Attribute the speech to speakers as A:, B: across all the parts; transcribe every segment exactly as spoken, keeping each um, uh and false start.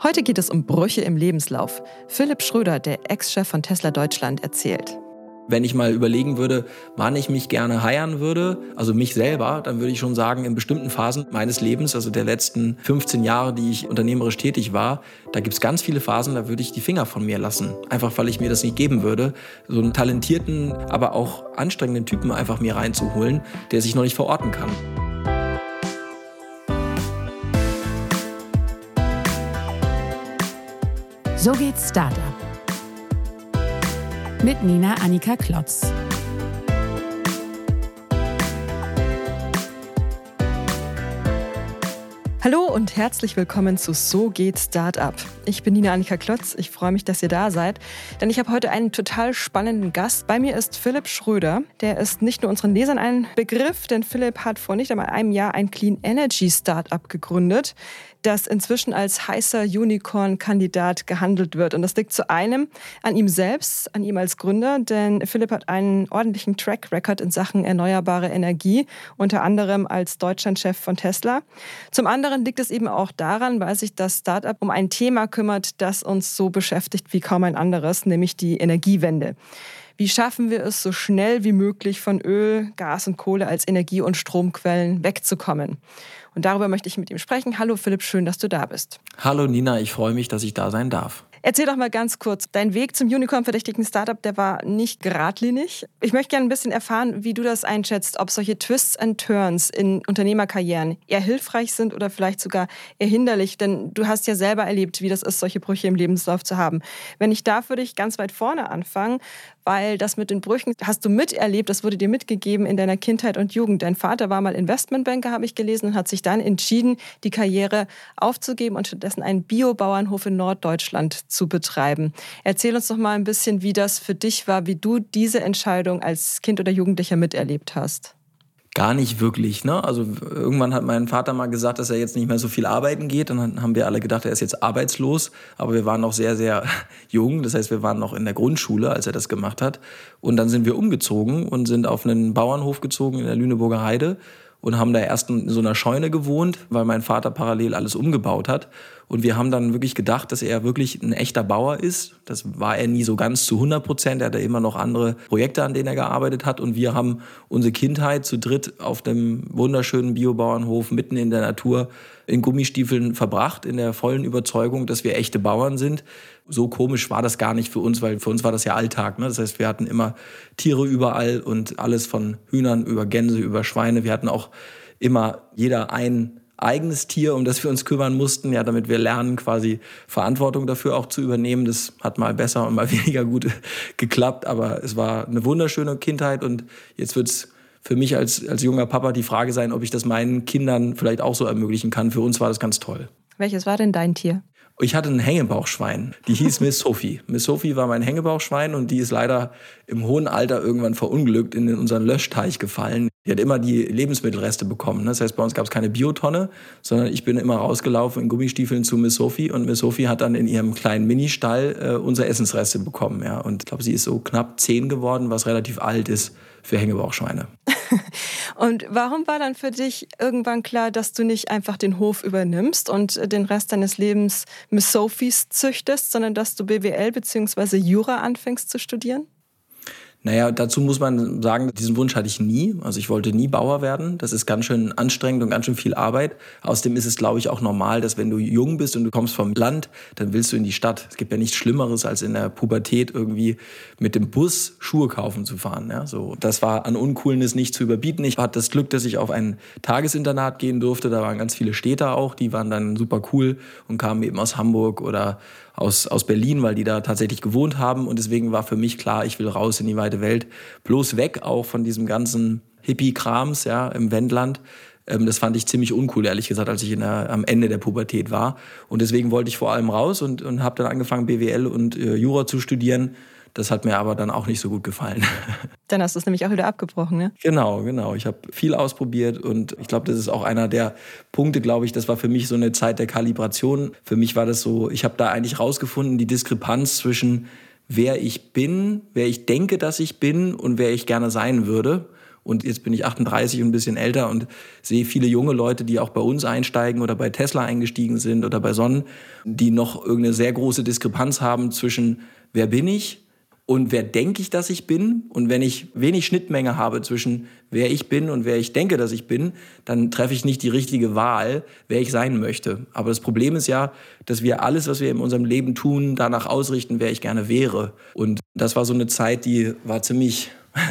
A: Heute geht es um Brüche im Lebenslauf. Philipp Schröder, der Ex-Chef von Tesla Deutschland, erzählt.
B: Wenn ich mal überlegen würde, wann ich mich gerne heiern würde, also mich selber, dann würde ich schon sagen, in bestimmten Phasen meines Lebens, also der letzten fünfzehn Jahre, die ich unternehmerisch tätig war, da gibt es ganz viele Phasen, da würde ich die Finger von mir lassen. Einfach, weil ich mir das nicht geben würde, so einen talentierten, aber auch anstrengenden Typen einfach mir reinzuholen, der sich noch nicht verorten kann.
C: So geht's Startup. Mit Nina Annika Klotz.
A: Hallo und herzlich willkommen zu So geht Startup. Ich bin Nina Annika Klotz, ich freue mich, dass ihr da seid, denn ich habe heute einen total spannenden Gast. Bei mir ist Philipp Schröder, der ist nicht nur unseren Lesern ein Begriff, denn Philipp hat vor nicht einmal einem Jahr ein Clean Energy Startup gegründet, das inzwischen als heißer Unicorn-Kandidat gehandelt wird. Und das liegt zu einem an ihm selbst, an ihm als Gründer, denn Philipp hat einen ordentlichen Track-Record in Sachen erneuerbare Energie, unter anderem als Deutschlandchef von Tesla. Zum anderen liegt es eben auch daran, weil sich das Startup um ein Thema kümmert, das uns so beschäftigt wie kaum ein anderes, nämlich die Energiewende. Wie schaffen wir es, so schnell wie möglich von Öl, Gas und Kohle als Energie- und Stromquellen wegzukommen? Und darüber möchte ich mit ihm sprechen. Hallo Philipp, schön, dass du da bist.
B: Hallo Nina, ich freue mich, dass ich da sein darf.
A: Erzähl doch mal ganz kurz, dein Weg zum Unicorn-verdächtigen Startup, der war nicht geradlinig. Ich möchte gerne ein bisschen erfahren, wie du das einschätzt, ob solche Twists and Turns in Unternehmerkarrieren eher hilfreich sind oder vielleicht sogar eher hinderlich. Denn du hast ja selber erlebt, wie das ist, solche Brüche im Lebenslauf zu haben. Wenn ich da würde ich ganz weit vorne anfangen, weil das mit den Brüchen hast du miterlebt, das wurde dir mitgegeben in deiner Kindheit und Jugend. Dein Vater war mal Investmentbanker, habe ich gelesen, und hat sich dann entschieden, die Karriere aufzugeben und stattdessen einen Biobauernhof in Norddeutschland zu betreiben. Erzähl uns doch mal ein bisschen, wie das für dich war, wie du diese Entscheidung als Kind oder Jugendlicher miterlebt hast.
B: Gar nicht wirklich, ne? Also irgendwann hat mein Vater mal gesagt, dass er jetzt nicht mehr so viel arbeiten geht. Und dann haben wir alle gedacht, er ist jetzt arbeitslos. Aber wir waren noch sehr, sehr jung. Das heißt, wir waren noch in der Grundschule, als er das gemacht hat. Und dann sind wir umgezogen und sind auf einen Bauernhof gezogen in der Lüneburger Heide und haben da erst in so einer Scheune gewohnt, weil mein Vater parallel alles umgebaut hat. Und wir haben dann wirklich gedacht, dass er wirklich ein echter Bauer ist. Das war er nie so ganz zu hundert Prozent. Er hatte immer noch andere Projekte, an denen er gearbeitet hat. Und wir haben unsere Kindheit zu dritt auf dem wunderschönen Biobauernhof mitten in der Natur in Gummistiefeln verbracht, in der vollen Überzeugung, dass wir echte Bauern sind. So komisch war das gar nicht für uns, weil für uns war das ja Alltag, ne? Das heißt, wir hatten immer Tiere überall und alles von Hühnern über Gänse, über Schweine. Wir hatten auch immer jeder ein eigenes Tier, um das wir uns kümmern mussten, ja, damit wir lernen, quasi Verantwortung dafür auch zu übernehmen. Das hat mal besser und mal weniger gut geklappt, aber es war eine wunderschöne Kindheit und jetzt wird's für mich als, als junger Papa die Frage sein, ob ich das meinen Kindern vielleicht auch so ermöglichen kann. Für uns war das ganz toll.
A: Welches war denn dein Tier?
B: Ich hatte ein Hängebauchschwein, die hieß Miss Sophie. Miss Sophie war mein Hängebauchschwein und die ist leider im hohen Alter irgendwann verunglückt in unseren Löschteich gefallen. Die hat immer die Lebensmittelreste bekommen. Das heißt, bei uns gab es keine Biotonne, sondern ich bin immer rausgelaufen in Gummistiefeln zu Miss Sophie und Miss Sophie hat dann in ihrem kleinen Ministall äh, unsere Essensreste bekommen. Ja. Und ich glaube, sie ist so knapp zehn geworden, was relativ alt ist für Hängebauchschweine.
A: Und warum war dann für dich irgendwann klar, dass du nicht einfach den Hof übernimmst und den Rest deines Lebens Miss Sophies züchtest, sondern dass du B W L bzw. Jura anfängst zu studieren?
B: Naja, dazu muss man sagen, diesen Wunsch hatte ich nie. Also ich wollte nie Bauer werden. Das ist ganz schön anstrengend und ganz schön viel Arbeit. Außerdem ist es, glaube ich, auch normal, dass wenn du jung bist und du kommst vom Land, dann willst du in die Stadt. Es gibt ja nichts Schlimmeres, als in der Pubertät irgendwie mit dem Bus Schuhe kaufen zu fahren. Ja, so. Das war an Uncoolness nicht zu überbieten. Ich hatte das Glück, dass ich auf ein Tagesinternat gehen durfte. Da waren ganz viele Städter auch, die waren dann super cool und kamen eben aus Hamburg oder aus, aus Berlin, weil die da tatsächlich gewohnt haben. Und deswegen war für mich klar, ich will raus in die weite Welt. Bloß weg auch von diesem ganzen Hippie-Krams, ja, im Wendland. Ähm, das fand ich ziemlich uncool, ehrlich gesagt, als ich in der, am Ende der Pubertät war. Und deswegen wollte ich vor allem raus und, und habe dann angefangen, B W L und äh, Jura zu studieren. Das hat mir aber dann auch nicht so gut gefallen.
A: Dann hast du es nämlich auch wieder abgebrochen, ne?
B: Genau, genau. Ich habe viel ausprobiert und ich glaube, das ist auch einer der Punkte, glaube ich, das war für mich so eine Zeit der Kalibration. Für mich war das so, ich habe da eigentlich rausgefunden, die Diskrepanz zwischen wer ich bin, wer ich denke, dass ich bin und wer ich gerne sein würde. Und jetzt bin ich achtunddreißig und ein bisschen älter und sehe viele junge Leute, die auch bei uns einsteigen oder bei Tesla eingestiegen sind oder bei Sonnen, die noch irgendeine sehr große Diskrepanz haben zwischen wer bin ich und wer denke ich, dass ich bin. Und wenn ich wenig Schnittmenge habe zwischen wer ich bin und wer ich denke, dass ich bin, dann treffe ich nicht die richtige Wahl, wer ich sein möchte. Aber das Problem ist ja, dass wir alles, was wir in unserem Leben tun, danach ausrichten, wer ich gerne wäre. Und das war so eine Zeit, die war ziemlich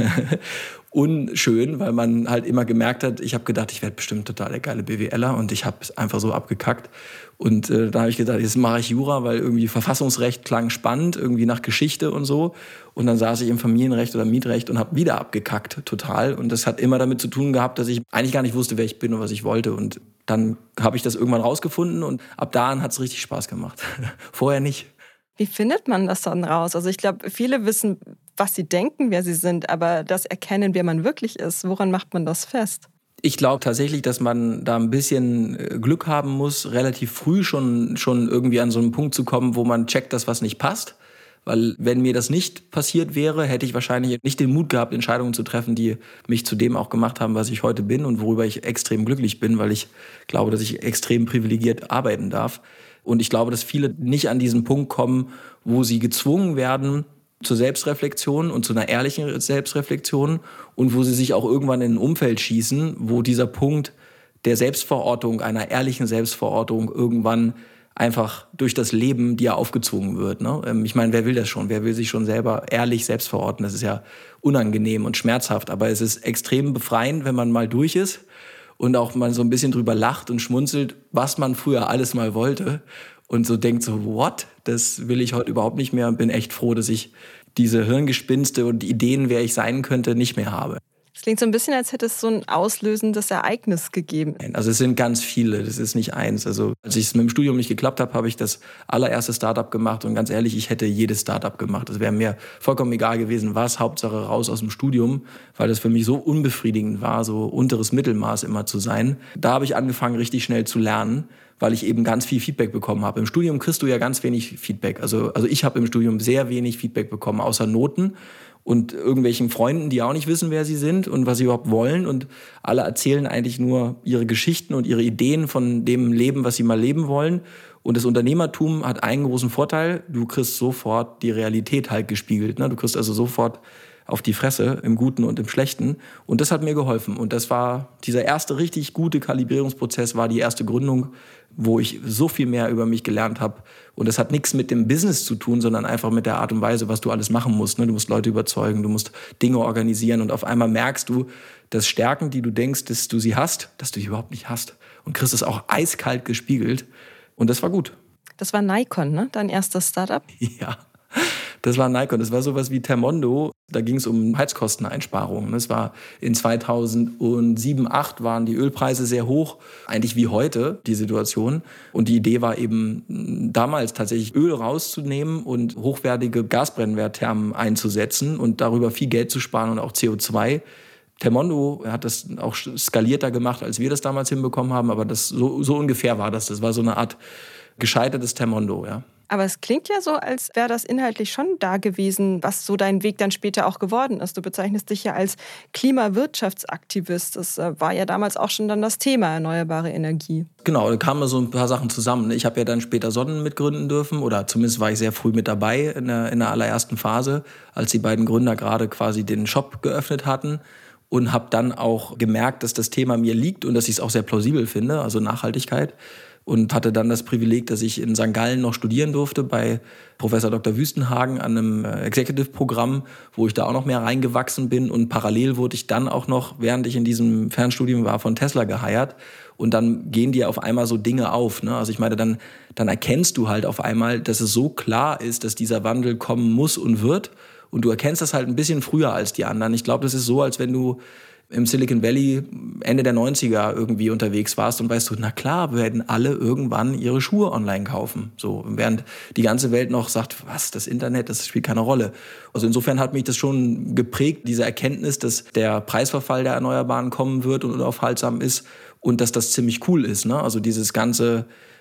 B: unschön, weil man halt immer gemerkt hat, ich habe gedacht, ich werde bestimmt total der geile BWLer und ich habe es einfach so abgekackt. Und äh, da habe ich gedacht, jetzt mache ich Jura, weil irgendwie Verfassungsrecht klang spannend, irgendwie nach Geschichte und so. Und dann saß ich im Familienrecht oder Mietrecht und habe wieder abgekackt, total. Und das hat immer damit zu tun gehabt, dass ich eigentlich gar nicht wusste, wer ich bin und was ich wollte. Und dann habe ich das irgendwann rausgefunden und ab da an hat es richtig Spaß gemacht. Vorher nicht.
A: Wie findet man das dann raus? Also ich glaube, viele wissen, was sie denken, wer sie sind, aber das Erkennen, wer man wirklich ist, woran macht man das fest?
B: Ich glaube tatsächlich, dass man da ein bisschen Glück haben muss, relativ früh schon, schon irgendwie an so einen Punkt zu kommen, wo man checkt, dass was nicht passt. Weil wenn mir das nicht passiert wäre, hätte ich wahrscheinlich nicht den Mut gehabt, Entscheidungen zu treffen, die mich zu dem auch gemacht haben, was ich heute bin und worüber ich extrem glücklich bin, weil ich glaube, dass ich extrem privilegiert arbeiten darf. Und ich glaube, dass viele nicht an diesen Punkt kommen, wo sie gezwungen werden zur Selbstreflexion und zu einer ehrlichen Selbstreflexion und wo sie sich auch irgendwann in ein Umfeld schießen, wo dieser Punkt der Selbstverortung, einer ehrlichen Selbstverortung irgendwann einfach durch das Leben dir aufgezwungen wird. Ne? Ich meine, wer will das schon? Wer will sich schon selber ehrlich selbst verorten? Das ist ja unangenehm und schmerzhaft, aber es ist extrem befreiend, wenn man mal durch ist und auch mal so ein bisschen drüber lacht und schmunzelt, was man früher alles mal wollte und so denkt so, what? Das will ich heute überhaupt nicht mehr und bin echt froh, dass ich diese Hirngespinste und Ideen, wer ich sein könnte, nicht mehr habe.
A: Es klingt so ein bisschen, als hätte es so ein auslösendes Ereignis gegeben.
B: Also es sind ganz viele, das ist nicht eins. Also als es mit dem Studium nicht geklappt habe, habe ich das allererste Startup gemacht und ganz ehrlich, ich hätte jedes Startup gemacht. Es wäre mir vollkommen egal gewesen, was, Hauptsache raus aus dem Studium, weil das für mich so unbefriedigend war, so unteres Mittelmaß immer zu sein. Da habe ich angefangen, richtig schnell zu lernen, weil ich eben ganz viel Feedback bekommen habe. Im Studium kriegst du ja ganz wenig Feedback. Also, also ich habe im Studium sehr wenig Feedback bekommen, außer Noten und irgendwelchen Freunden, die auch nicht wissen, wer sie sind und was sie überhaupt wollen. Und alle erzählen eigentlich nur ihre Geschichten und ihre Ideen von dem Leben, was sie mal leben wollen. Und das Unternehmertum hat einen großen Vorteil, du kriegst sofort die Realität halt gespiegelt. Ne? Du kriegst also sofort auf die Fresse, im Guten und im Schlechten. Und das hat mir geholfen. Und das war, dieser erste richtig gute Kalibrierungsprozess war die erste Gründung, wo ich so viel mehr über mich gelernt habe. Und das hat nichts mit dem Business zu tun, sondern einfach mit der Art und Weise, was du alles machen musst. Du musst Leute überzeugen, du musst Dinge organisieren und auf einmal merkst du, dass Stärken, die du denkst, dass du sie hast, dass du die überhaupt nicht hast. Und kriegst es auch eiskalt gespiegelt. Und das war gut.
A: Das war Nikon, ne? Dein erstes Startup?
B: Ja. Das war Nikon, das war sowas wie Thermondo. Da ging es um Heizkosteneinsparungen. Das war in zweitausendsieben, zweitausendacht waren die Ölpreise sehr hoch, eigentlich wie heute die Situation. Und die Idee war eben damals tatsächlich Öl rauszunehmen und hochwertige Gasbrennwertthermen einzusetzen und darüber viel Geld zu sparen und auch C O zwei. Thermondo hat das auch skalierter gemacht, als wir das damals hinbekommen haben, aber das so, so ungefähr war das. Das war so eine Art gescheitertes Thermondo, ja.
A: Aber es klingt ja so, als wäre das inhaltlich schon da gewesen, was so dein Weg dann später auch geworden ist. Du bezeichnest dich ja als Klimawirtschaftsaktivist. Das war ja damals auch schon dann das Thema erneuerbare Energie.
B: Genau, da kamen so ein paar Sachen zusammen. Ich habe ja dann später Sonnen mitgründen dürfen oder zumindest war ich sehr früh mit dabei in der, in der allerersten Phase, als die beiden Gründer gerade quasi den Shop geöffnet hatten. Und habe dann auch gemerkt, dass das Thema mir liegt und dass ich es auch sehr plausibel finde, also Nachhaltigkeit. Und hatte dann das Privileg, dass ich in Sankt Gallen noch studieren durfte bei Professor Doktor Wüstenhagen an einem Executive-Programm, wo ich da auch noch mehr reingewachsen bin. Und parallel wurde ich dann auch noch, während ich in diesem Fernstudium war, von Tesla geheiert. Und dann gehen dir auf einmal so Dinge auf. Ne? Also ich meine, dann, dann erkennst du halt auf einmal, dass es so klar ist, dass dieser Wandel kommen muss und wird. Und du erkennst das halt ein bisschen früher als die anderen. Ich glaube, das ist so, als wenn du im Silicon Valley Ende der neunziger irgendwie unterwegs warst und weißt du, na klar, werden alle irgendwann ihre Schuhe online kaufen. So, während die ganze Welt noch sagt, was, das Internet, das spielt keine Rolle. Also insofern hat mich das schon geprägt, diese Erkenntnis, dass der Preisverfall der Erneuerbaren kommen wird und unaufhaltsam ist und dass das ziemlich cool ist. Ne? Also dieses ganze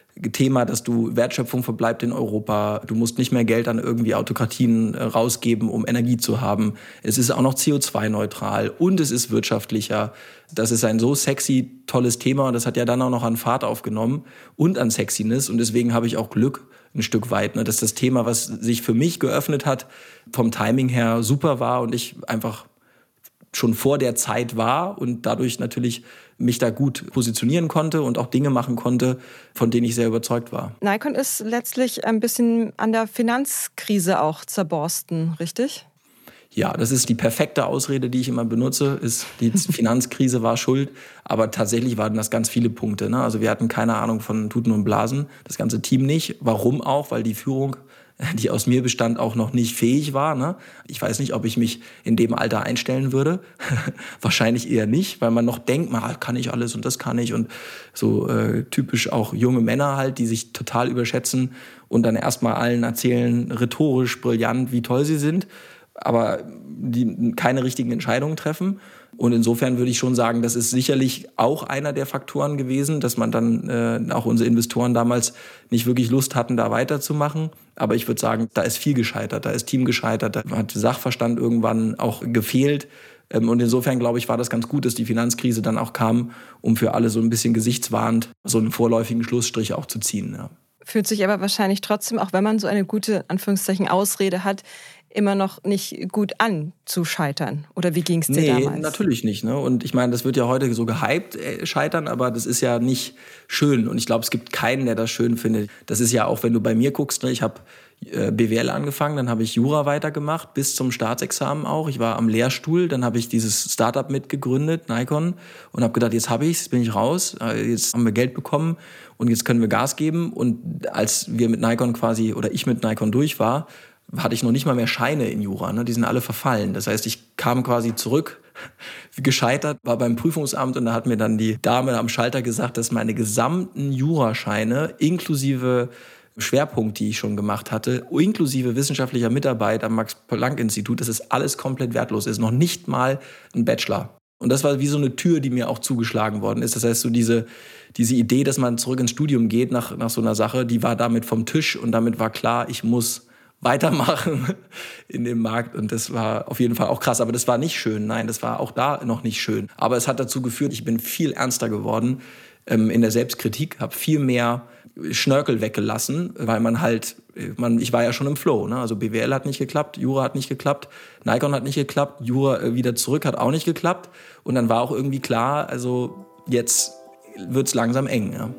B: Thema, dass du Wertschöpfung verbleibt in Europa. Du musst nicht mehr Geld an irgendwie Autokratien äh, rausgeben, um Energie zu haben. Es ist auch noch C O zwei neutral und es ist wirtschaftlicher. Das ist ein so sexy, tolles Thema und das hat ja dann auch noch an Fahrt aufgenommen und an Sexiness. Und deswegen habe ich auch Glück ein Stück weit, ne, dass das Thema, was sich für mich geöffnet hat, vom Timing her super war und ich einfach schon vor der Zeit war und dadurch natürlich mich da gut positionieren konnte und auch Dinge machen konnte, von denen ich sehr überzeugt war.
A: Nikon ist letztlich ein bisschen an der Finanzkrise auch zerborsten, richtig?
B: Ja, das ist die perfekte Ausrede, die ich immer benutze, ist, die Finanzkrise war schuld, aber tatsächlich waren das ganz viele Punkte, ne? Also wir hatten keine Ahnung von Tuten und Blasen, das ganze Team nicht. Warum auch? Weil die Führung, die aus mir bestand, auch noch nicht fähig war, ne? Ich weiß nicht, ob ich mich in dem Alter einstellen würde. Wahrscheinlich eher nicht, weil man noch denkt, man kann ich alles und das kann ich. Und so äh, typisch auch junge Männer halt, die sich total überschätzen und dann erstmal allen erzählen, rhetorisch brillant, wie toll sie sind, aber die keine richtigen Entscheidungen treffen. Und insofern würde ich schon sagen, das ist sicherlich auch einer der Faktoren gewesen, dass man dann äh, auch unsere Investoren damals nicht wirklich Lust hatten, da weiterzumachen. Aber ich würde sagen, da ist viel gescheitert, da ist Team gescheitert, da hat Sachverstand irgendwann auch gefehlt. Ähm, und insofern, glaube ich, war das ganz gut, dass die Finanzkrise dann auch kam, um für alle so ein bisschen gesichtswahrend so einen vorläufigen Schlussstrich auch zu ziehen. Ja.
A: Fühlt sich aber wahrscheinlich trotzdem, auch wenn man so eine gute, Anführungszeichen, Ausrede hat, immer noch nicht gut an zu scheitern. Oder wie ging es dir
B: nee,
A: damals?
B: Nee, natürlich nicht. Ne? Und ich meine, das wird ja heute so gehypt, äh, scheitern, aber das ist ja nicht schön. Und ich glaube, es gibt keinen, der das schön findet. Das ist ja auch, wenn du bei mir guckst, ne? Ich habe äh, B W L angefangen, dann habe ich Jura weitergemacht, bis zum Staatsexamen auch. Ich war am Lehrstuhl, dann habe ich dieses Startup mitgegründet, Nikon, und habe gedacht, jetzt habe ich es, jetzt bin ich raus, jetzt haben wir Geld bekommen und jetzt können wir Gas geben. Und als wir mit Nikon quasi, oder ich mit Nikon durch war, hatte ich noch nicht mal mehr Scheine in Jura, ne? Die sind alle verfallen. Das heißt, ich kam quasi zurück, gescheitert, war beim Prüfungsamt und da hat mir dann die Dame am Schalter gesagt, dass meine gesamten Jurascheine inklusive Schwerpunkt, die ich schon gemacht hatte, inklusive wissenschaftlicher Mitarbeit am Max-Planck-Institut, dass es alles komplett wertlos ist, noch nicht mal ein Bachelor. Und das war wie so eine Tür, die mir auch zugeschlagen worden ist. Das heißt, so diese, diese Idee, dass man zurück ins Studium geht nach, nach so einer Sache, die war damit vom Tisch und damit war klar, ich muss weitermachen in dem Markt. Und das war auf jeden Fall auch krass. Aber das war nicht schön. Nein, das war auch da noch nicht schön. Aber es hat dazu geführt, ich bin viel ernster geworden ähm, in der Selbstkritik, habe viel mehr Schnörkel weggelassen, weil man halt, man, ich war ja schon im Flow. Ne? Also B W L hat nicht geklappt, Jura hat nicht geklappt, Nikon hat nicht geklappt, Jura äh, wieder zurück hat auch nicht geklappt. Und dann war auch irgendwie klar, also jetzt wird's langsam eng. Ja.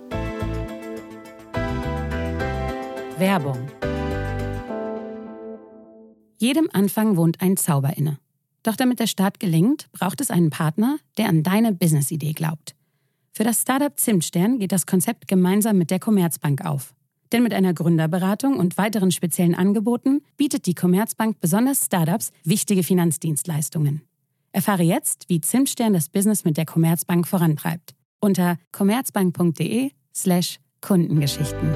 C: Werbung. Jedem Anfang wohnt ein Zauber inne. Doch damit der Start gelingt, braucht es einen Partner, der an deine Business-Idee glaubt. Für das Startup Zimtstern geht das Konzept gemeinsam mit der Commerzbank auf. Denn mit einer Gründerberatung und weiteren speziellen Angeboten bietet die Commerzbank besonders Startups wichtige Finanzdienstleistungen. Erfahre jetzt, wie Zimtstern das Business mit der Commerzbank vorantreibt. Unter commerzbank.de slash Kundengeschichten.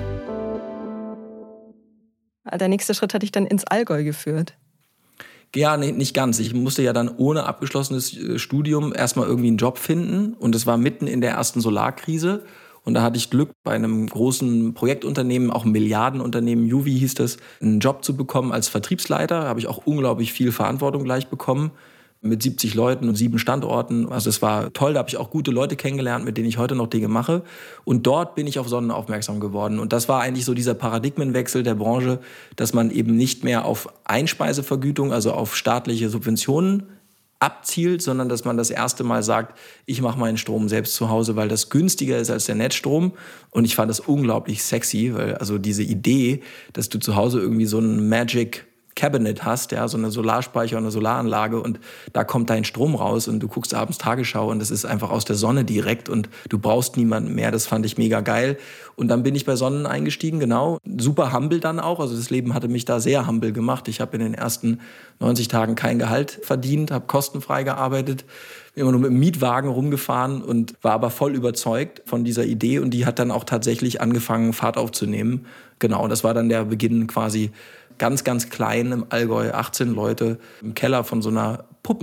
A: Der nächste Schritt hat dich dann ins Allgäu geführt.
B: Ja, nee, nicht ganz. Ich musste ja dann ohne abgeschlossenes Studium erstmal irgendwie einen Job finden. Und es war mitten in der ersten Solarkrise. Und da hatte ich Glück, bei einem großen Projektunternehmen, auch ein Milliardenunternehmen, Juvi hieß das, einen Job zu bekommen als Vertriebsleiter. Da habe ich auch unglaublich viel Verantwortung gleich bekommen. Mit siebzig Leuten und sieben Standorten. Also es war toll, da habe ich auch gute Leute kennengelernt, mit denen ich heute noch Dinge mache. Und dort bin ich auf Sonnen aufmerksam geworden. Und das war eigentlich so dieser Paradigmenwechsel der Branche, dass man eben nicht mehr auf Einspeisevergütung, also auf staatliche Subventionen abzielt, sondern dass man das erste Mal sagt, ich mache meinen Strom selbst zu Hause, weil das günstiger ist als der Netzstrom. Und ich fand das unglaublich sexy, weil also diese Idee, dass du zu Hause irgendwie so ein Magic Cabinet hast, ja, so eine Solarspeicher und eine Solaranlage und da kommt dein Strom raus und du guckst abends Tagesschau und das ist einfach aus der Sonne direkt und du brauchst niemanden mehr. Das fand ich mega geil. Und dann bin ich bei Sonnen eingestiegen, genau. Super humble dann auch. Also das Leben hatte mich da sehr humble gemacht. Ich habe in den ersten neunzig Tagen kein Gehalt verdient, habe kostenfrei gearbeitet, bin immer nur mit dem Mietwagen rumgefahren und war aber voll überzeugt von dieser Idee und die hat dann auch tatsächlich angefangen, Fahrt aufzunehmen. Genau, das war dann der Beginn quasi ganz, ganz klein im Allgäu, achtzehn Leute im Keller von so einer Puppen,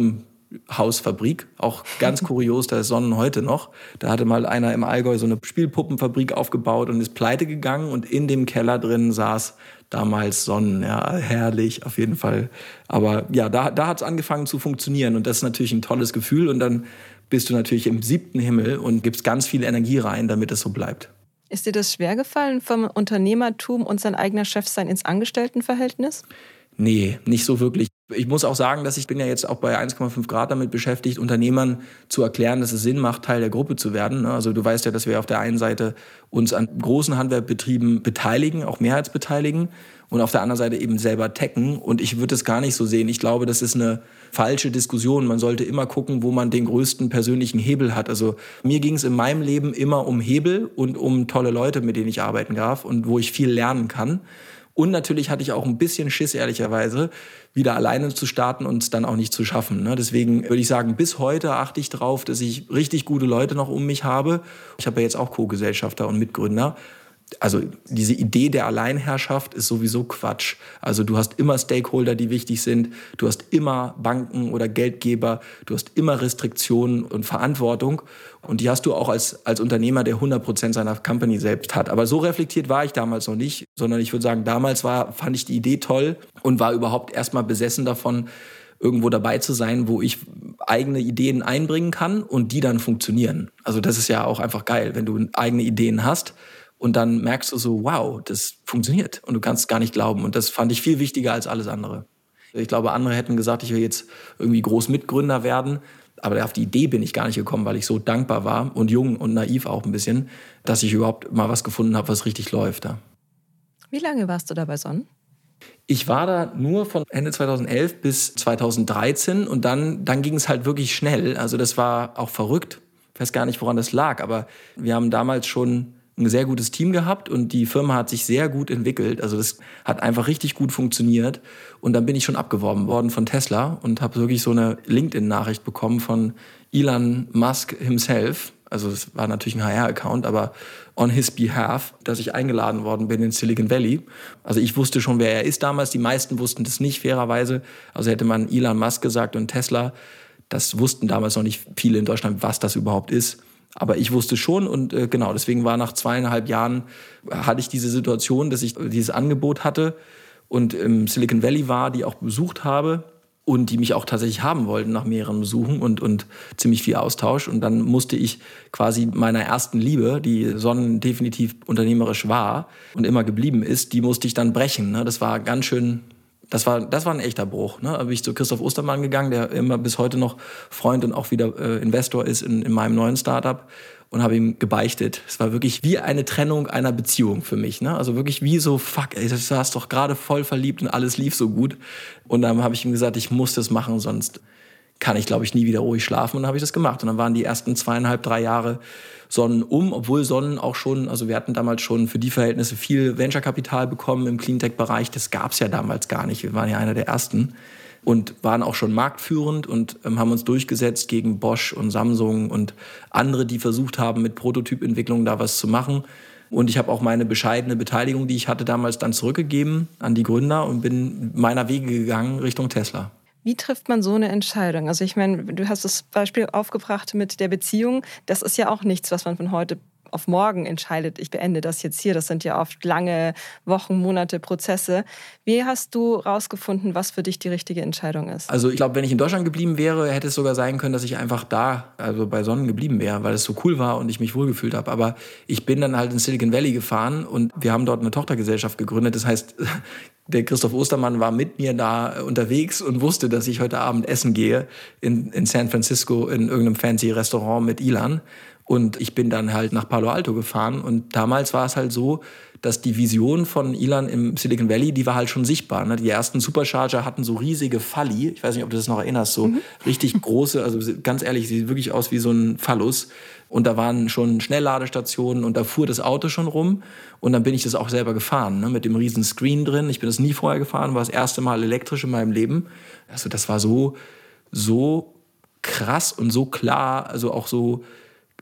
B: Hausfabrik, auch ganz kurios, da ist Sonnen heute noch. Da hatte mal einer im Allgäu so eine Spielpuppenfabrik aufgebaut und ist pleite gegangen und in dem Keller drin saß damals Sonnen. Ja, herrlich, auf jeden Fall. Aber ja, da, da hat es angefangen zu funktionieren und das ist natürlich ein tolles Gefühl und dann bist du natürlich im siebten Himmel und gibst ganz viel Energie rein, damit es so bleibt.
A: Ist dir das schwergefallen, vom Unternehmertum und sein eigener Chef sein ins Angestelltenverhältnis?
B: Nee, nicht so wirklich. Ich muss auch sagen, dass ich bin ja jetzt auch bei eins Komma fünf Grad damit beschäftigt, Unternehmern zu erklären, dass es Sinn macht, Teil der Gruppe zu werden. Also du weißt ja, dass wir auf der einen Seite uns an großen Handwerkbetrieben beteiligen, auch mehrheitsbeteiligen und auf der anderen Seite eben selber techen. Und ich würde es gar nicht so sehen. Ich glaube, das ist eine falsche Diskussion. Man sollte immer gucken, wo man den größten persönlichen Hebel hat. Also mir ging es in meinem Leben immer um Hebel und um tolle Leute, mit denen ich arbeiten darf und wo ich viel lernen kann. Und natürlich hatte ich auch ein bisschen Schiss, ehrlicherweise, wieder alleine zu starten und es dann auch nicht zu schaffen. Deswegen würde ich sagen, bis heute achte ich darauf, dass ich richtig gute Leute noch um mich habe. Ich habe ja jetzt auch Co-Gesellschafter und Mitgründer. Also diese Idee der Alleinherrschaft ist sowieso Quatsch. Also du hast immer Stakeholder, die wichtig sind. Du hast immer Banken oder Geldgeber. Du hast immer Restriktionen und Verantwortung. Und die hast du auch als, als Unternehmer, der hundert Prozent seiner Company selbst hat. Aber so reflektiert war ich damals noch nicht. Sondern ich würde sagen, damals war, fand ich die Idee toll und war überhaupt erstmal besessen davon, irgendwo dabei zu sein, wo ich eigene Ideen einbringen kann und die dann funktionieren. Also das ist ja auch einfach geil, wenn du eigene Ideen hast. Und dann merkst du so, wow, das funktioniert. Und du kannst es gar nicht glauben. Und das fand ich viel wichtiger als alles andere. Ich glaube, andere hätten gesagt, ich will jetzt irgendwie Großmitgründer werden. Aber auf die Idee bin ich gar nicht gekommen, weil ich so dankbar war und jung und naiv auch ein bisschen, dass ich überhaupt mal was gefunden habe, was richtig läuft. Ja.
A: Wie lange warst du da bei Sonnen?
B: Ich war da nur von Ende zweitausendelf bis zweitausenddreizehn und dann, dann ging es halt wirklich schnell. Also das war auch verrückt. Ich weiß gar nicht, woran das lag, aber wir haben damals schon ein sehr gutes Team gehabt und die Firma hat sich sehr gut entwickelt. Also das hat einfach richtig gut funktioniert. Und dann bin ich schon abgeworben worden von Tesla und habe wirklich so eine LinkedIn-Nachricht bekommen von Elon Musk himself. Also es war natürlich ein H R-Account, aber on his behalf, dass ich eingeladen worden bin in Silicon Valley. Also ich wusste schon, wer er ist damals. Die meisten wussten das nicht, fairerweise. Also hätte man Elon Musk gesagt und Tesla, das wussten damals noch nicht viele in Deutschland, was das überhaupt ist. Aber ich wusste schon und äh, genau, deswegen war nach zweieinhalb Jahren, äh, hatte ich diese Situation, dass ich dieses Angebot hatte und im Silicon Valley war, die auch besucht habe und die mich auch tatsächlich haben wollten nach mehreren Besuchen und, und ziemlich viel Austausch. Und dann musste ich quasi meiner ersten Liebe, die Sonnen definitiv unternehmerisch war und immer geblieben ist, die musste ich dann brechen. Ne? Das war ganz schön... Das war, das war ein echter Bruch. Ne? Da bin ich zu Christoph Ostermann gegangen, der immer bis heute noch Freund und auch wieder äh, Investor ist in, in meinem neuen Startup und habe ihm gebeichtet. Es war wirklich wie eine Trennung einer Beziehung für mich. Ne? Also wirklich wie so, fuck, ey, du warst doch gerade voll verliebt und alles lief so gut. Und dann habe ich ihm gesagt, ich muss das machen, sonst kann ich, glaube ich, nie wieder ruhig schlafen. Und dann habe ich das gemacht. Und dann waren die ersten zweieinhalb, drei Jahre Sonnen um, obwohl Sonnen auch schon, also wir hatten damals schon für die Verhältnisse viel Venture-Kapital bekommen im Cleantech-Bereich. Das gab es ja damals gar nicht. Wir waren ja einer der ersten und waren auch schon marktführend und ähm, haben uns durchgesetzt gegen Bosch und Samsung und andere, die versucht haben, mit Prototypentwicklung da was zu machen. Und ich habe auch meine bescheidene Beteiligung, die ich hatte, damals dann zurückgegeben an die Gründer und bin meiner Wege gegangen Richtung Tesla.
A: Wie trifft man so eine Entscheidung? Also ich meine, du hast das Beispiel aufgebracht mit der Beziehung. Das ist ja auch nichts, was man von heute auf morgen entscheidet. Ich beende das jetzt hier. Das sind ja oft lange Wochen, Monate, Prozesse. Wie hast du rausgefunden, was für dich die richtige Entscheidung ist?
B: Also ich glaube, wenn ich in Deutschland geblieben wäre, hätte es sogar sein können, dass ich einfach da, also bei Sonnen geblieben wäre, weil es so cool war und ich mich wohlgefühlt habe. Aber ich bin dann halt in Silicon Valley gefahren und wir haben dort eine Tochtergesellschaft gegründet. Das heißt, der Christoph Ostermann war mit mir da unterwegs und wusste, dass ich heute Abend essen gehe in, in San Francisco in irgendeinem fancy Restaurant mit Elon. Und ich bin dann halt nach Palo Alto gefahren. Und damals war es halt so, dass die Vision von Elon im Silicon Valley, die war halt schon sichtbar. Ne? Die ersten Supercharger hatten so riesige Falli. Ich weiß nicht, ob du das noch erinnerst. So mhm. richtig große, also ganz ehrlich, sieht wirklich aus wie so ein Phallus. Und da waren schon Schnellladestationen und da fuhr das Auto schon rum. Und dann bin ich das auch selber gefahren, ne? Mit dem riesen Screen drin. Ich bin das nie vorher gefahren, war das erste Mal elektrisch in meinem Leben. Also das war so, so krass und so klar, also auch so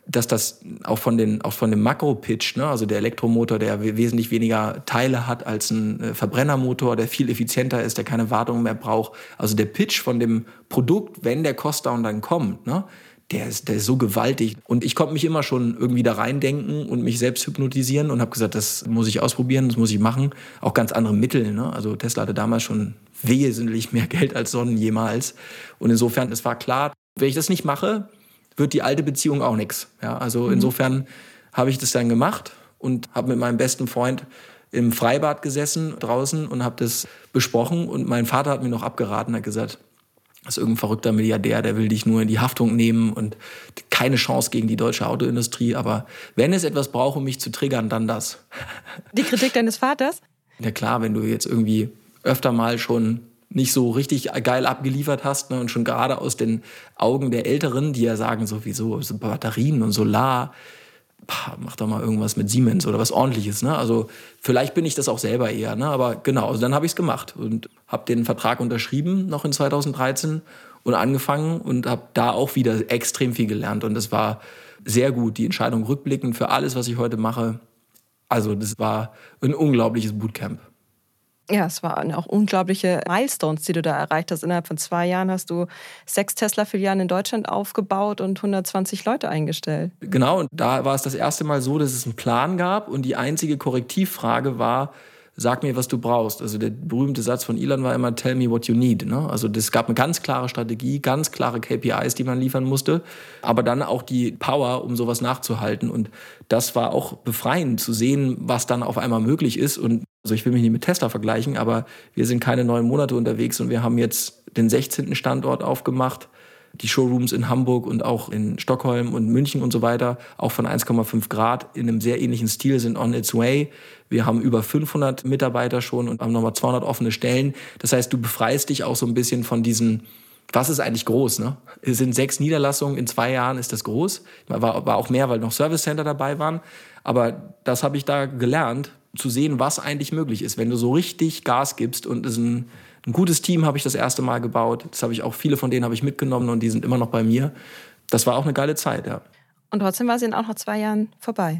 B: dass das auch von, den, auch von dem Makro-Pitch, ne, also der Elektromotor, der wesentlich weniger Teile hat als ein Verbrennermotor, der viel effizienter ist, der keine Wartung mehr braucht. Also der Pitch von dem Produkt, wenn der Cost-Down dann kommt, ne, der ist, der ist so gewaltig. Und ich konnte mich immer schon irgendwie da reindenken und mich selbst hypnotisieren und habe gesagt, das muss ich ausprobieren, das muss ich machen. Auch ganz andere Mittel. Ne? Also Tesla hatte damals schon wesentlich mehr Geld als Sonnen jemals. Und insofern, es war klar, wenn ich das nicht mache, wird die alte Beziehung auch nichts. Ja, also mhm. insofern habe ich das dann gemacht und habe mit meinem besten Freund im Freibad gesessen draußen und habe das besprochen. Und mein Vater hat mir noch abgeraten, hat gesagt, das ist irgendein verrückter Milliardär, der will dich nur in die Haftung nehmen und keine Chance gegen die deutsche Autoindustrie. Aber wenn es etwas braucht, um mich zu triggern, dann das.
A: Die Kritik deines Vaters?
B: Ja klar, wenn du jetzt irgendwie öfter mal schon nicht so richtig geil abgeliefert hast, ne, und schon gerade aus den Augen der Älteren, die ja sagen sowieso so Batterien und Solar, pah, mach doch mal irgendwas mit Siemens oder was Ordentliches. Ne? Also vielleicht bin ich das auch selber eher, ne? Aber genau, also dann habe ich es gemacht und habe den Vertrag unterschrieben noch in zweitausenddreizehn und angefangen und habe da auch wieder extrem viel gelernt und das war sehr gut, die Entscheidung rückblickend für alles, was ich heute mache. Also das war ein unglaubliches Bootcamp.
A: Ja, es waren auch unglaubliche Milestones, die du da erreicht hast. Innerhalb von zwei Jahren hast du sechs Tesla-Filialen in Deutschland aufgebaut und hundertzwanzig Leute eingestellt.
B: Genau, und da war es das erste Mal so, dass es einen Plan gab und die einzige Korrektivfrage war, sag mir, was du brauchst. Also der berühmte Satz von Elon war immer, tell me what you need. Ne? Also es gab eine ganz klare Strategie, ganz klare K P Is, die man liefern musste, aber dann auch die Power, um sowas nachzuhalten. Und das war auch befreiend zu sehen, was dann auf einmal möglich ist. Und also ich will mich nicht mit Tesla vergleichen, aber wir sind keine neun Monate unterwegs und wir haben jetzt den sechzehnten Standort aufgemacht. Die Showrooms in Hamburg und auch in Stockholm und München und so weiter, auch von eins Komma fünf Grad in einem sehr ähnlichen Stil, sind on its way. Wir haben über fünfhundert Mitarbeiter schon und haben nochmal zweihundert offene Stellen. Das heißt, du befreist dich auch so ein bisschen von diesen, was ist eigentlich groß, ne? Es sind sechs Niederlassungen, in zwei Jahren ist das groß. War, war auch mehr, weil noch Service Center dabei waren. Aber das habe ich da gelernt, zu sehen, was eigentlich möglich ist, wenn du so richtig Gas gibst. Und es ist ein, ein gutes Team habe ich das erste Mal gebaut. Das habe ich auch, viele von denen habe ich mitgenommen und die sind immer noch bei mir. Das war auch eine geile Zeit, ja.
A: Und trotzdem war sie in auch nach zwei Jahren vorbei.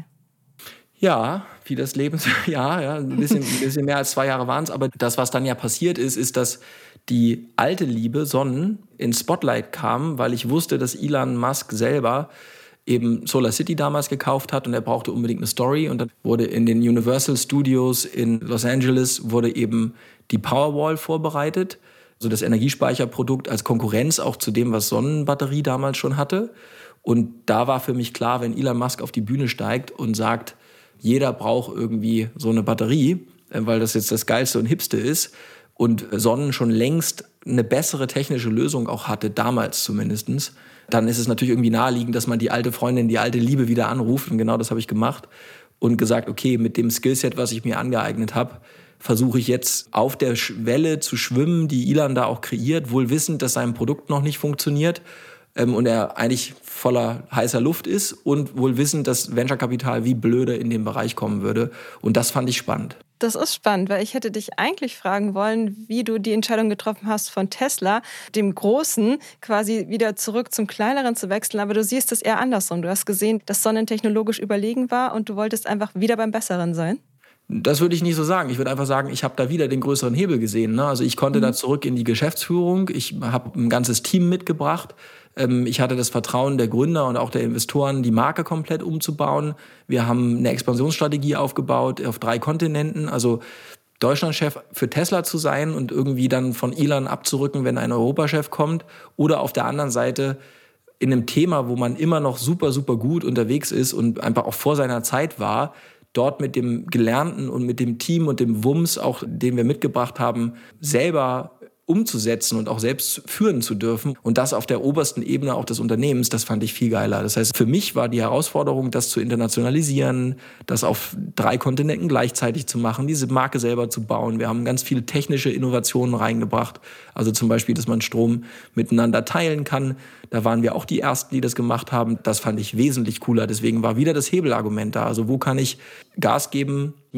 B: Ja, wie das Leben, ja, ja, ein bisschen, ein bisschen mehr als zwei Jahre waren es. Aber das, was dann ja passiert ist, ist, dass die alte Liebe, Sonnen, ins Spotlight kam, weil ich wusste, dass Elon Musk selber eben SolarCity damals gekauft hat und er brauchte unbedingt eine Story. Und dann wurde in den Universal Studios in Los Angeles wurde eben die Powerwall vorbereitet, also das Energiespeicherprodukt als Konkurrenz auch zu dem, was Sonnenbatterie damals schon hatte. Und da war für mich klar, wenn Elon Musk auf die Bühne steigt und sagt, jeder braucht irgendwie so eine Batterie, weil das jetzt das Geilste und Hipste ist und Sonnen schon längst eine bessere technische Lösung auch hatte, damals zumindest, dann ist es natürlich irgendwie naheliegend, dass man die alte Freundin, die alte Liebe wieder anruft. Und genau das habe ich gemacht und gesagt, okay, mit dem Skillset, was ich mir angeeignet habe, versuche ich jetzt auf der Welle zu schwimmen, die Elon da auch kreiert, wohl wissend, dass sein Produkt noch nicht funktioniert ähm, und er eigentlich voller heißer Luft ist und wohl wissend, dass Venture-Kapital wie blöde in den Bereich kommen würde. Und das fand ich spannend.
A: Das ist spannend, weil ich hätte dich eigentlich fragen wollen, wie du die Entscheidung getroffen hast, von Tesla, dem Großen, quasi wieder zurück zum Kleineren zu wechseln. Aber du siehst es eher andersrum. Du hast gesehen, dass Sonnen technologisch überlegen war und du wolltest einfach wieder beim Besseren sein.
B: Das würde ich nicht so sagen. Ich würde einfach sagen, ich habe da wieder den größeren Hebel gesehen. Ne? Also ich konnte mhm. da zurück in die Geschäftsführung. Ich habe ein ganzes Team mitgebracht. Ich hatte das Vertrauen der Gründer und auch der Investoren, die Marke komplett umzubauen. Wir haben eine Expansionsstrategie aufgebaut auf drei Kontinenten. Also Deutschlandchef für Tesla zu sein und irgendwie dann von Elon abzurücken, wenn ein Europachef kommt. Oder auf der anderen Seite in einem Thema, wo man immer noch super, super gut unterwegs ist und einfach auch vor seiner Zeit war, dort mit dem Gelernten und mit dem Team und dem Wumms, auch den wir mitgebracht haben, selber umzusetzen und auch selbst führen zu dürfen. Und das auf der obersten Ebene auch des Unternehmens, das fand ich viel geiler. Das heißt, für mich war die Herausforderung, das zu internationalisieren, das auf drei Kontinenten gleichzeitig zu machen, diese Marke selber zu bauen. Wir haben ganz viele technische Innovationen reingebracht. Also zum Beispiel, dass man Strom miteinander teilen kann. Da waren wir auch die Ersten, die das gemacht haben. Das fand ich wesentlich cooler. Deswegen war wieder das Hebelargument da. Also wo kann ich Gas geben, mich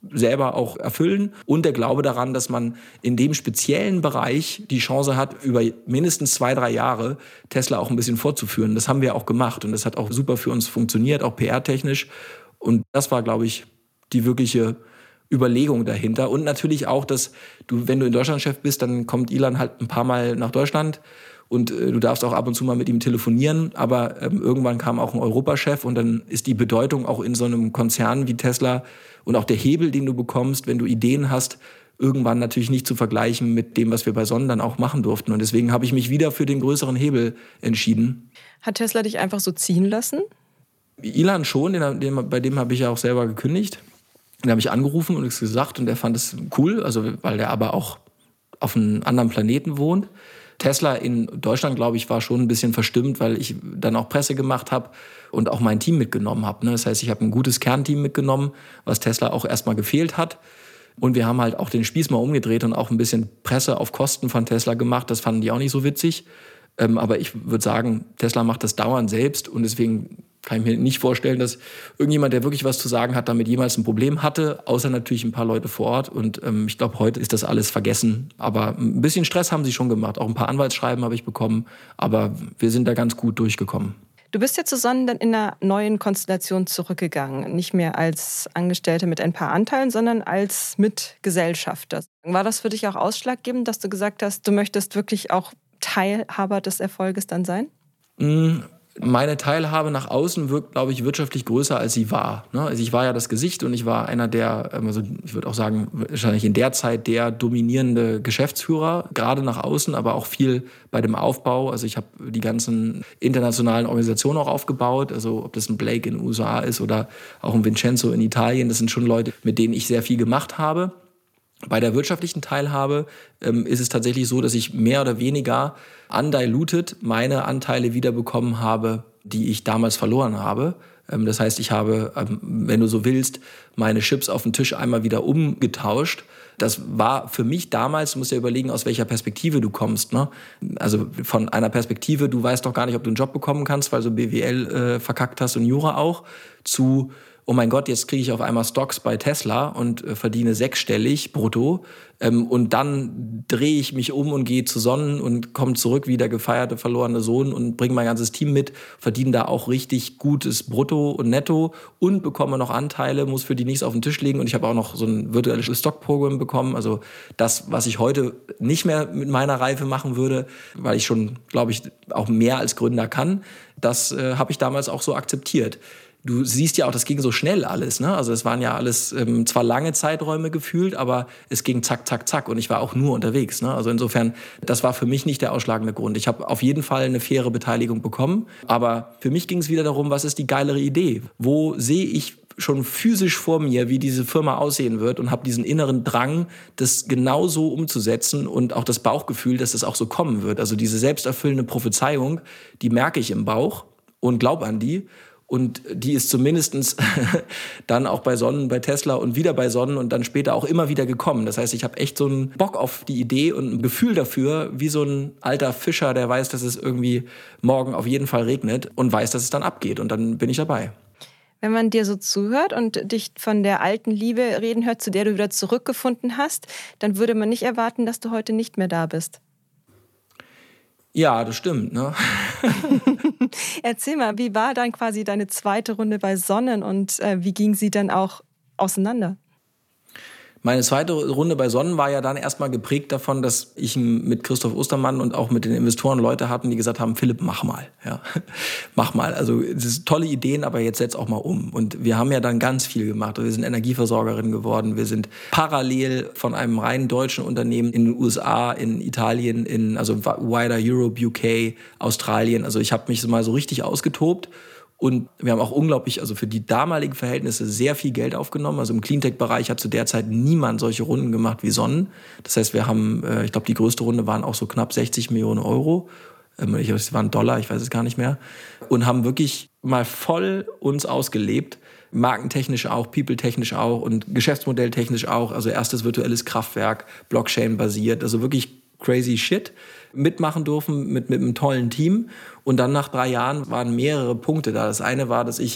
B: selber auch erfüllen und der Glaube daran, dass man in dem speziellen Bereich die Chance hat, über mindestens zwei, drei Jahre Tesla auch ein bisschen fortzuführen. Das haben wir auch gemacht und das hat auch super für uns funktioniert, auch P R-technisch. Und das war, glaube ich, die wirkliche Überlegung dahinter. Und natürlich auch, dass du, wenn du in Deutschland Chef bist, dann kommt Elon halt ein paar Mal nach Deutschland und äh, du darfst auch ab und zu mal mit ihm telefonieren. Aber ähm, irgendwann kam auch ein Europachef und dann ist die Bedeutung auch in so einem Konzern wie Tesla und auch der Hebel, den du bekommst, wenn du Ideen hast, irgendwann natürlich nicht zu vergleichen mit dem, was wir bei Sonnen dann auch machen durften. Und deswegen habe ich mich wieder für den größeren Hebel entschieden.
A: Hat Tesla dich einfach so ziehen lassen?
B: Elon schon, den, den, bei dem habe ich ja auch selber gekündigt. Den habe ich angerufen und es gesagt und er fand es cool, also weil der aber auch auf einem anderen Planeten wohnt. Tesla in Deutschland, glaube ich, war schon ein bisschen verstimmt, weil ich dann auch Presse gemacht habe und auch mein Team mitgenommen habe. Das heißt, ich habe ein gutes Kernteam mitgenommen, was Tesla auch erstmal gefehlt hat. Und wir haben halt auch den Spieß mal umgedreht und auch ein bisschen Presse auf Kosten von Tesla gemacht. Das fanden die auch nicht so witzig. Aber ich würde sagen, Tesla macht das dauernd selbst und deswegen kann ich mir nicht vorstellen, dass irgendjemand, der wirklich was zu sagen hat, damit jemals ein Problem hatte, außer natürlich ein paar Leute vor Ort. Und ähm, ich glaube, heute ist das alles vergessen. Aber ein bisschen Stress haben sie schon gemacht. Auch ein paar Anwaltsschreiben habe ich bekommen. Aber wir sind da ganz gut durchgekommen.
A: Du bist ja zu Sonnen dann in einer neuen Konstellation zurückgegangen. Nicht mehr als Angestellte mit ein paar Anteilen, sondern als Mitgesellschafter. War das für dich auch ausschlaggebend, dass du gesagt hast, du möchtest wirklich auch Teilhaber des Erfolges dann sein?
B: Mmh. Meine Teilhabe nach außen wirkt, glaube ich, wirtschaftlich größer, als sie war. Also ich war ja das Gesicht und ich war einer der, also ich würde auch sagen, wahrscheinlich in der Zeit der dominierende Geschäftsführer, gerade nach außen, aber auch viel bei dem Aufbau. Also ich habe die ganzen internationalen Organisationen auch aufgebaut, also ob das ein Blake in den U S A ist oder auch ein Vincenzo in Italien, das sind schon Leute, mit denen ich sehr viel gemacht habe. Bei der wirtschaftlichen Teilhabe ähm, ist es tatsächlich so, dass ich mehr oder weniger undiluted meine Anteile wiederbekommen habe, die ich damals verloren habe. Ähm, das heißt, ich habe, ähm, wenn du so willst, meine Chips auf den Tisch einmal wieder umgetauscht. Das war für mich damals, du musst ja überlegen, aus welcher Perspektive du kommst. Ne? Also von einer Perspektive, du weißt doch gar nicht, ob du einen Job bekommen kannst, weil du B W L äh, verkackt hast und Jura auch, zu oh mein Gott, jetzt kriege ich auf einmal Stocks bei Tesla und äh, verdiene sechsstellig brutto. Ähm, und dann drehe ich mich um und gehe zu Sonnen und komme zurück wie der gefeierte verlorene Sohn und bringe mein ganzes Team mit, verdiene da auch richtig gutes Brutto und Netto und bekomme noch Anteile, muss für die nichts auf den Tisch legen. Und ich habe auch noch so ein virtuelles Stockprogramm bekommen. Also das, was ich heute nicht mehr mit meiner Reife machen würde, weil ich schon, glaube ich, auch mehr als Gründer kann, das äh, habe ich damals auch so akzeptiert. Du siehst ja auch, das ging so schnell alles, ne? Also es waren ja alles ähm, zwar lange Zeiträume gefühlt, aber es ging zack, zack, zack und ich war auch nur unterwegs, ne? Also insofern, das war für mich nicht der ausschlagende Grund. Ich habe auf jeden Fall eine faire Beteiligung bekommen, aber für mich ging es wieder darum, was ist die geilere Idee? Wo sehe ich schon physisch vor mir, wie diese Firma aussehen wird und habe diesen inneren Drang, das genauso umzusetzen und auch das Bauchgefühl, dass das auch so kommen wird. Also diese selbsterfüllende Prophezeiung, die merke ich im Bauch und glaube an die. Und die ist zumindest dann auch bei Sonnen, bei Tesla und wieder bei Sonnen und dann später auch immer wieder gekommen. Das heißt, ich habe echt so einen Bock auf die Idee und ein Gefühl dafür, wie so ein alter Fischer, der weiß, dass es irgendwie morgen auf jeden Fall regnet und weiß, dass es dann abgeht. Und dann bin ich dabei.
A: Wenn man dir so zuhört und dich von der alten Liebe reden hört, zu der du wieder zurückgefunden hast, dann würde man nicht erwarten, dass du heute nicht mehr da bist.
B: Ja, das stimmt, ne?
A: Erzähl mal, wie war dann quasi deine zweite Runde bei Sonnen und äh, wie ging sie dann auch auseinander?
B: Meine zweite Runde bei Sonnen war ja dann erstmal geprägt davon, dass ich mit Christoph Ostermann und auch mit den Investoren Leute hatten, die gesagt haben, Philipp, mach mal. Ja, mach mal. Also das sind tolle Ideen, aber jetzt setz auch mal um. Und wir haben ja dann ganz viel gemacht. Wir sind Energieversorgerin geworden. Wir sind parallel von einem rein deutschen Unternehmen in den U S A, in Italien, in also wider Europe, U K, Australien. Also ich habe mich mal so richtig ausgetobt. Und wir haben auch unglaublich, also für die damaligen Verhältnisse sehr viel Geld aufgenommen. Also im Cleantech-Bereich hat zu der Zeit niemand solche Runden gemacht wie Sonnen. Das heißt, wir haben, ich glaube, die größte Runde waren auch so knapp sechzig Millionen Euro. Ich glaube, es waren Dollar, ich weiß es gar nicht mehr. Und haben wirklich mal voll uns ausgelebt. Markentechnisch auch, people-technisch auch und geschäftsmodelltechnisch auch. Also erstes virtuelles Kraftwerk, Blockchain-basiert, also wirklich crazy shit. Mitmachen dürfen mit, mit einem tollen Team. Und dann nach drei Jahren waren mehrere Punkte da. Das eine war, dass ich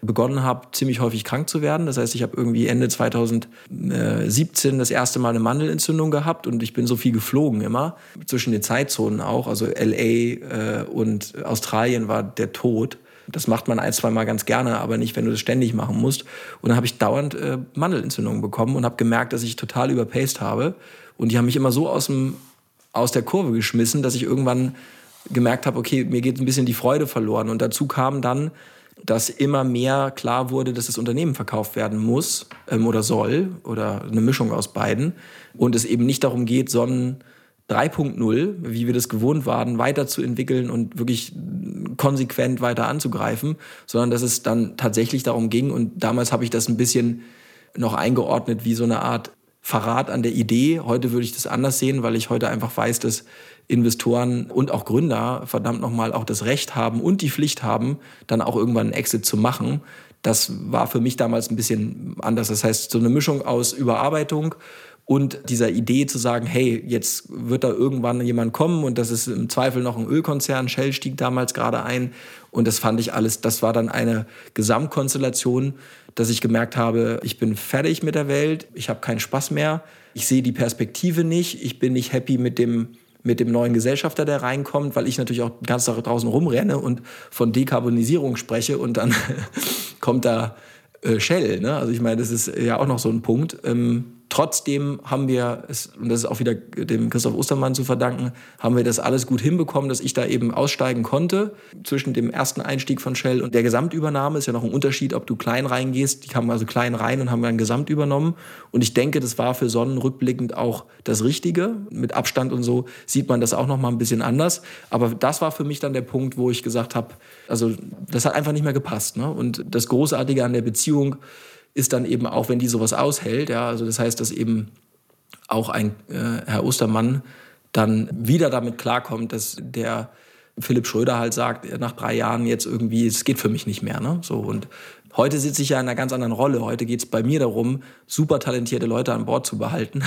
B: begonnen habe, ziemlich häufig krank zu werden. Das heißt, ich habe irgendwie Ende zweitausendsiebzehn das erste Mal eine Mandelentzündung gehabt und ich bin so viel geflogen immer, zwischen den Zeitzonen auch. Also L A äh, und Australien war der Tod. Das macht man ein, zwei Mal ganz gerne, aber nicht, wenn du das ständig machen musst. Und dann habe ich dauernd äh, Mandelentzündungen bekommen und habe gemerkt, dass ich total überpaced habe. Und die haben mich immer so aus dem, aus der Kurve geschmissen, dass ich irgendwann gemerkt habe, okay, mir geht ein bisschen die Freude verloren. Und dazu kam dann, dass immer mehr klar wurde, dass das Unternehmen verkauft werden muss ähm, oder soll oder eine Mischung aus beiden. Und es eben nicht darum geht, Sonnen drei Punkt null, wie wir das gewohnt waren, weiterzuentwickeln und wirklich konsequent weiter anzugreifen, sondern dass es dann tatsächlich darum ging. Und damals habe ich das ein bisschen noch eingeordnet wie so eine Art Verrat an der Idee. Heute würde ich das anders sehen, weil ich heute einfach weiß, dass Investoren und auch Gründer verdammt nochmal auch das Recht haben und die Pflicht haben, dann auch irgendwann einen Exit zu machen. Das war für mich damals ein bisschen anders. Das heißt, so eine Mischung aus Überarbeitung und dieser Idee zu sagen, hey, jetzt wird da irgendwann jemand kommen und das ist im Zweifel noch ein Ölkonzern. Shell stieg damals gerade ein und das fand ich alles, das war dann eine Gesamtkonstellation, dass ich gemerkt habe, ich bin fertig mit der Welt, ich habe keinen Spaß mehr, ich sehe die Perspektive nicht, ich bin nicht happy mit dem mit dem neuen Gesellschafter, der reinkommt, weil ich natürlich auch den ganzen Tag draußen rumrenne und von Dekarbonisierung spreche und dann kommt da äh, Shell. Ne? Also ich meine, das ist ja auch noch so ein Punkt. Ähm, trotzdem haben wir, es, und das ist auch wieder dem Christoph Ostermann zu verdanken, haben wir das alles gut hinbekommen, dass ich da eben aussteigen konnte zwischen dem ersten Einstieg von Shell und der Gesamtübernahme. Ist ja noch ein Unterschied, ob du klein reingehst. Die kamen also klein rein und haben dann Gesamt übernommen. Und ich denke, das war für Sonnen rückblickend auch das Richtige. Mit Abstand und so sieht man das auch noch mal ein bisschen anders. Aber das war für mich dann der Punkt, wo ich gesagt habe, also das hat einfach nicht mehr gepasst. Ne? Und das Großartige an der Beziehung ist dann eben auch, wenn die sowas aushält, ja, also das heißt, dass eben auch ein äh, Herr Ostermann dann wieder damit klarkommt, dass der Philipp Schröder halt sagt, nach drei Jahren jetzt irgendwie, es geht für mich nicht mehr, ne, so. Und heute sitze ich ja in einer ganz anderen Rolle. Heute geht es bei mir darum, super talentierte Leute an Bord zu behalten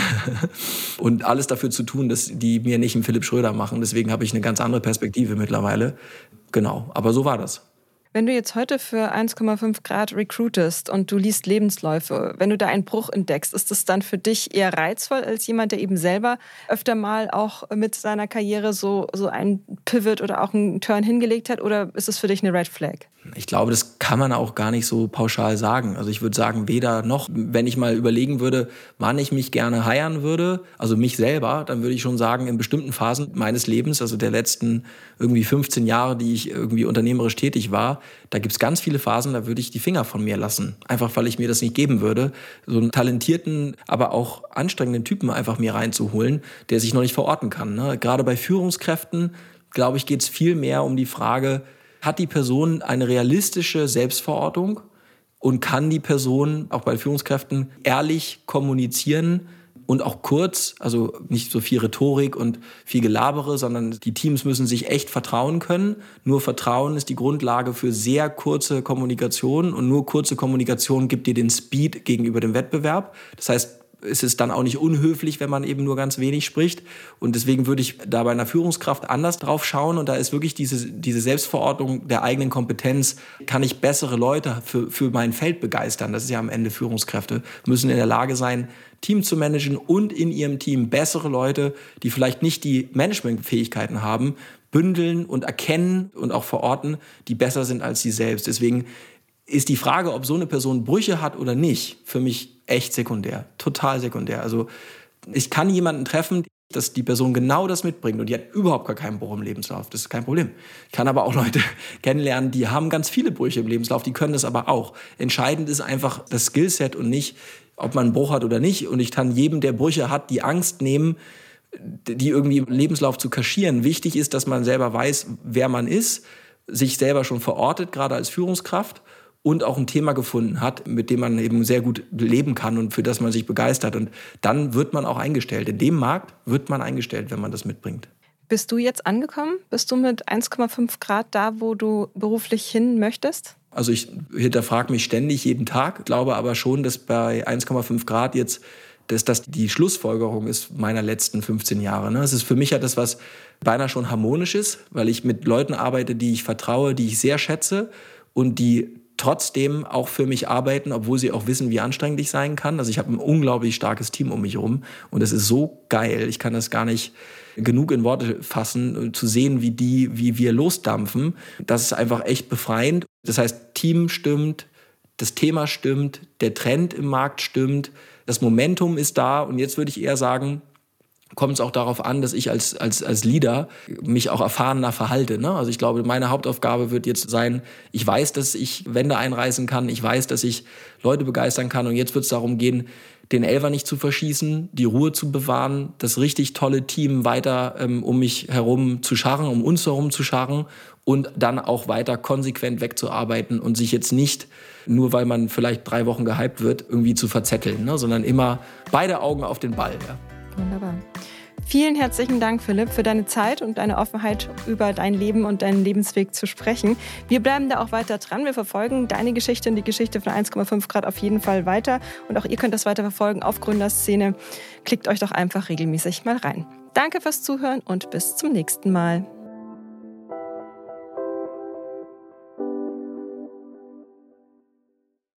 B: und alles dafür zu tun, dass die mir nicht einen Philipp Schröder machen. Deswegen habe ich eine ganz andere Perspektive mittlerweile. Genau, aber so war das.
A: Wenn du jetzt heute für eins Komma fünf Grad recruitest und du liest Lebensläufe, wenn du da einen Bruch entdeckst, ist das dann für dich eher reizvoll als jemand, der eben selber öfter mal auch mit seiner Karriere so, so einen Pivot oder auch einen Turn hingelegt hat, oder ist es für dich eine Red Flag?
B: Ich glaube, das kann man auch gar nicht so pauschal sagen. Also ich würde sagen, weder noch. Wenn ich mal überlegen würde, wann ich mich gerne heiern würde, also mich selber, dann würde ich schon sagen, in bestimmten Phasen meines Lebens, also der letzten irgendwie fünfzehn Jahre, die ich irgendwie unternehmerisch tätig war, da gibt es ganz viele Phasen, da würde ich die Finger von mir lassen. Einfach, weil ich mir das nicht geben würde, so einen talentierten, aber auch anstrengenden Typen einfach mir reinzuholen, der sich noch nicht verorten kann. Ne? Gerade bei Führungskräften, glaube ich, geht es viel mehr um die Frage, hat die Person eine realistische Selbstverortung und kann die Person auch bei Führungskräften ehrlich kommunizieren und auch kurz, also nicht so viel Rhetorik und viel Gelabere, sondern die Teams müssen sich echt vertrauen können. Nur Vertrauen ist die Grundlage für sehr kurze Kommunikation und nur kurze Kommunikation gibt dir den Speed gegenüber dem Wettbewerb. Das heißt, es ist dann auch nicht unhöflich, wenn man eben nur ganz wenig spricht. Und deswegen würde ich da bei einer Führungskraft anders drauf schauen. Und da ist wirklich diese, diese Selbstverordnung der eigenen Kompetenz. Kann ich bessere Leute für, für mein Feld begeistern? Das ist ja am Ende Führungskräfte. Müssen in der Lage sein, Team zu managen und in ihrem Team bessere Leute, die vielleicht nicht die Managementfähigkeiten haben, bündeln und erkennen und auch verorten, die besser sind als sie selbst. Deswegen ist die Frage, ob so eine Person Brüche hat oder nicht, für mich echt sekundär, total sekundär. Also ich kann jemanden treffen, dass die Person genau das mitbringt und die hat überhaupt gar keinen Bruch im Lebenslauf. Das ist kein Problem. Ich kann aber auch Leute kennenlernen, die haben ganz viele Brüche im Lebenslauf, die können das aber auch. Entscheidend ist einfach das Skillset und nicht, ob man einen Bruch hat oder nicht. Und ich kann jedem, der Brüche hat, die Angst nehmen, die irgendwie im Lebenslauf zu kaschieren. Wichtig ist, dass man selber weiß, wer man ist, sich selber schon verortet, gerade als Führungskraft, und auch ein Thema gefunden hat, mit dem man eben sehr gut leben kann und für das man sich begeistert. Und dann wird man auch eingestellt. In dem Markt wird man eingestellt, wenn man das mitbringt.
A: Bist du jetzt angekommen? Bist du mit eins Komma fünf Grad da, wo du beruflich hin möchtest?
B: Also ich hinterfrage mich ständig jeden Tag, glaube aber schon, dass bei eins Komma fünf Grad jetzt, dass das die Schlussfolgerung ist meiner letzten fünfzehn Jahre. Es ist für mich ja das, was beinahe schon harmonisch ist, weil ich mit Leuten arbeite, die ich vertraue, die ich sehr schätze und die trotzdem auch für mich arbeiten, obwohl sie auch wissen, wie anstrengend ich sein kann. Also ich habe ein unglaublich starkes Team um mich herum und es ist so geil. Ich kann das gar nicht genug in Worte fassen, zu sehen, wie die, wie wir losdampfen. Das ist einfach echt befreiend. Das heißt, Team stimmt, das Thema stimmt, der Trend im Markt stimmt, das Momentum ist da und jetzt würde ich eher sagen, kommt es auch darauf an, dass ich als, als, als Leader mich auch erfahrener verhalte. Ne? Also ich glaube, meine Hauptaufgabe wird jetzt sein, ich weiß, dass ich Wände einreißen kann, ich weiß, dass ich Leute begeistern kann und jetzt wird es darum gehen, den Elfer nicht zu verschießen, die Ruhe zu bewahren, das richtig tolle Team weiter ähm, um mich herum zu scharren, um uns herum zu scharren und dann auch weiter konsequent wegzuarbeiten und sich jetzt nicht, nur weil man vielleicht drei Wochen gehypt wird, irgendwie zu verzetteln, ne? Sondern immer beide Augen auf den Ball. Ja.
A: Wunderbar. Vielen herzlichen Dank, Philipp, für deine Zeit und deine Offenheit, über dein Leben und deinen Lebensweg zu sprechen. Wir bleiben da auch weiter dran. Wir verfolgen deine Geschichte und die Geschichte von eins Komma fünf Grad auf jeden Fall weiter. Und auch ihr könnt das weiter verfolgen auf Gründerszene. Klickt euch doch einfach regelmäßig mal rein. Danke fürs Zuhören und bis zum nächsten Mal.